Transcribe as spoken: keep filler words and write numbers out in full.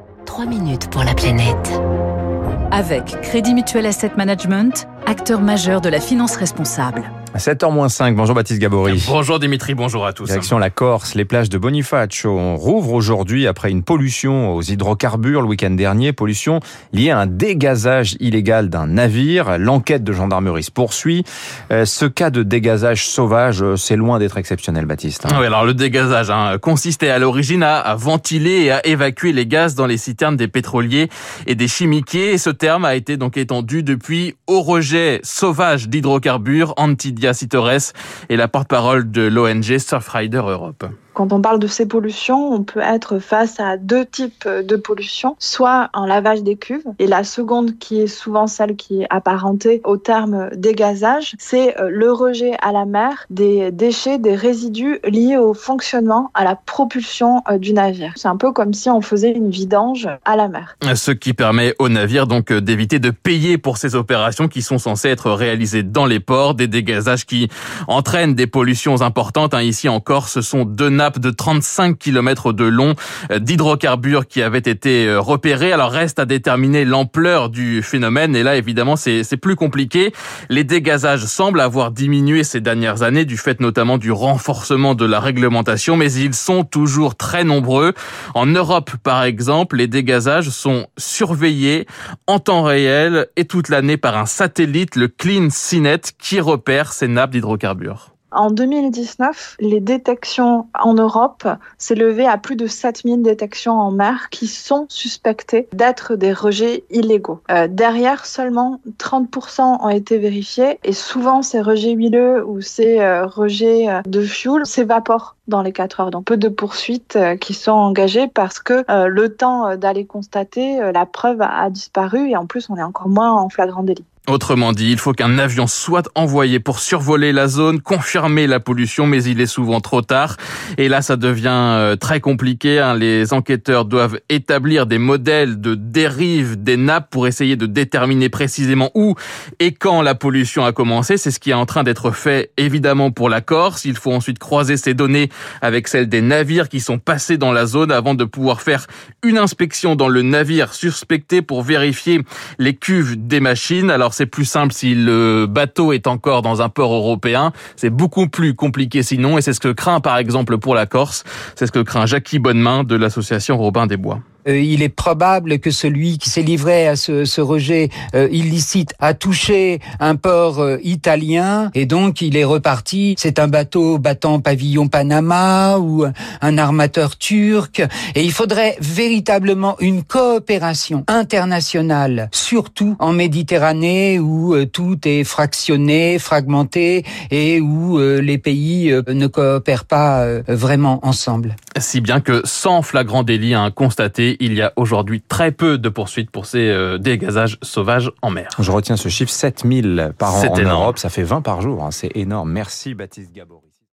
trois minutes pour la planète. Avec Crédit Mutuel Asset Management, acteur majeur de la finance responsable. sept heures moins cinq, bonjour Baptiste Gabory. Bonjour Dimitri, bonjour à tous. Direction la Corse, les plages de Bonifacio rouvrent aujourd'hui après une pollution aux hydrocarbures le week-end dernier. Pollution liée à un dégazage illégal d'un navire. L'enquête de gendarmerie se poursuit. Euh, ce cas de dégazage sauvage, c'est loin d'être exceptionnel, Baptiste. Oui, alors le dégazage hein, consistait à l'origine à, à ventiler et à évacuer les gaz dans les citernes des pétroliers et des chimiquiers. Et ce terme a été donc étendu depuis au rejet sauvage d'hydrocarbures, Antidia Citores, et la porte-parole de l'O N G Surfrider Europe. Quand on parle de ces pollutions, on peut être face à deux types de pollutions, soit un lavage des cuves, et la seconde qui est souvent celle qui est apparentée au terme dégazage, c'est le rejet à la mer des déchets, des résidus liés au fonctionnement, à la propulsion du navire. C'est un peu comme si on faisait une vidange à la mer. Ce qui permet au navire donc d'éviter de payer pour ces opérations qui sont censées être réalisées dans les ports, des dégazages qui entraînent des pollutions importantes. Ici en Corse, ce sont deux nappes de trente-cinq kilomètres de long d'hydrocarbures qui avaient été repérés. Alors reste à déterminer l'ampleur du phénomène et là évidemment c'est, c'est plus compliqué. Les dégazages semblent avoir diminué ces dernières années du fait notamment du renforcement de la réglementation, mais ils sont toujours très nombreux. En Europe par exemple, les dégazages sont surveillés en temps réel et toute l'année par un satellite, le CleanSeaNet, qui repère ces nappes d'hydrocarbures. En deux mille dix-neuf, les détections en Europe s'élevaient à plus de sept mille détections en mer qui sont suspectées d'être des rejets illégaux. Euh, derrière, seulement trente pour cent ont été vérifiés et souvent ces rejets huileux ou ces euh, rejets de fuel s'évaporent dans les quatre heures. Donc peu de poursuites euh, qui sont engagées parce que euh, le temps d'aller constater euh, la preuve a, a disparu et en plus on est encore moins en flagrant délit. Autrement dit, il faut qu'un avion soit envoyé pour survoler la zone, confirmer la pollution, mais il est souvent trop tard. Et là, ça devient très compliqué. Les enquêteurs doivent établir des modèles de dérive des nappes pour essayer de déterminer précisément où et quand la pollution a commencé. C'est ce qui est en train d'être fait, évidemment, pour la Corse. Il faut ensuite croiser ces données avec celles des navires qui sont passés dans la zone avant de pouvoir faire une inspection dans le navire suspecté pour vérifier les cuves des machines. Alors, c'est plus simple si le bateau est encore dans un port européen. C'est beaucoup plus compliqué sinon, et c'est ce que craint par exemple pour la Corse. C'est ce que craint Jackie Bonnemain de l'association Robin des Bois. Euh, il est probable que celui qui s'est livré à ce, ce rejet euh, illicite a touché un port euh, italien et donc il est reparti. C'est un bateau battant pavillon Panama ou un armateur turc. Et il faudrait véritablement une coopération internationale, surtout en Méditerranée où euh, tout est fractionné, fragmenté et où euh, les pays euh, ne coopèrent pas euh, vraiment ensemble. Si bien que sans flagrant délit à constater, il y a aujourd'hui très peu de poursuites pour ces euh, dégazages sauvages en mer. Je retiens ce chiffre, sept mille par an C'est en énorme. Europe, ça fait vingt par jour, hein, c'est énorme. Merci Baptiste Gabory.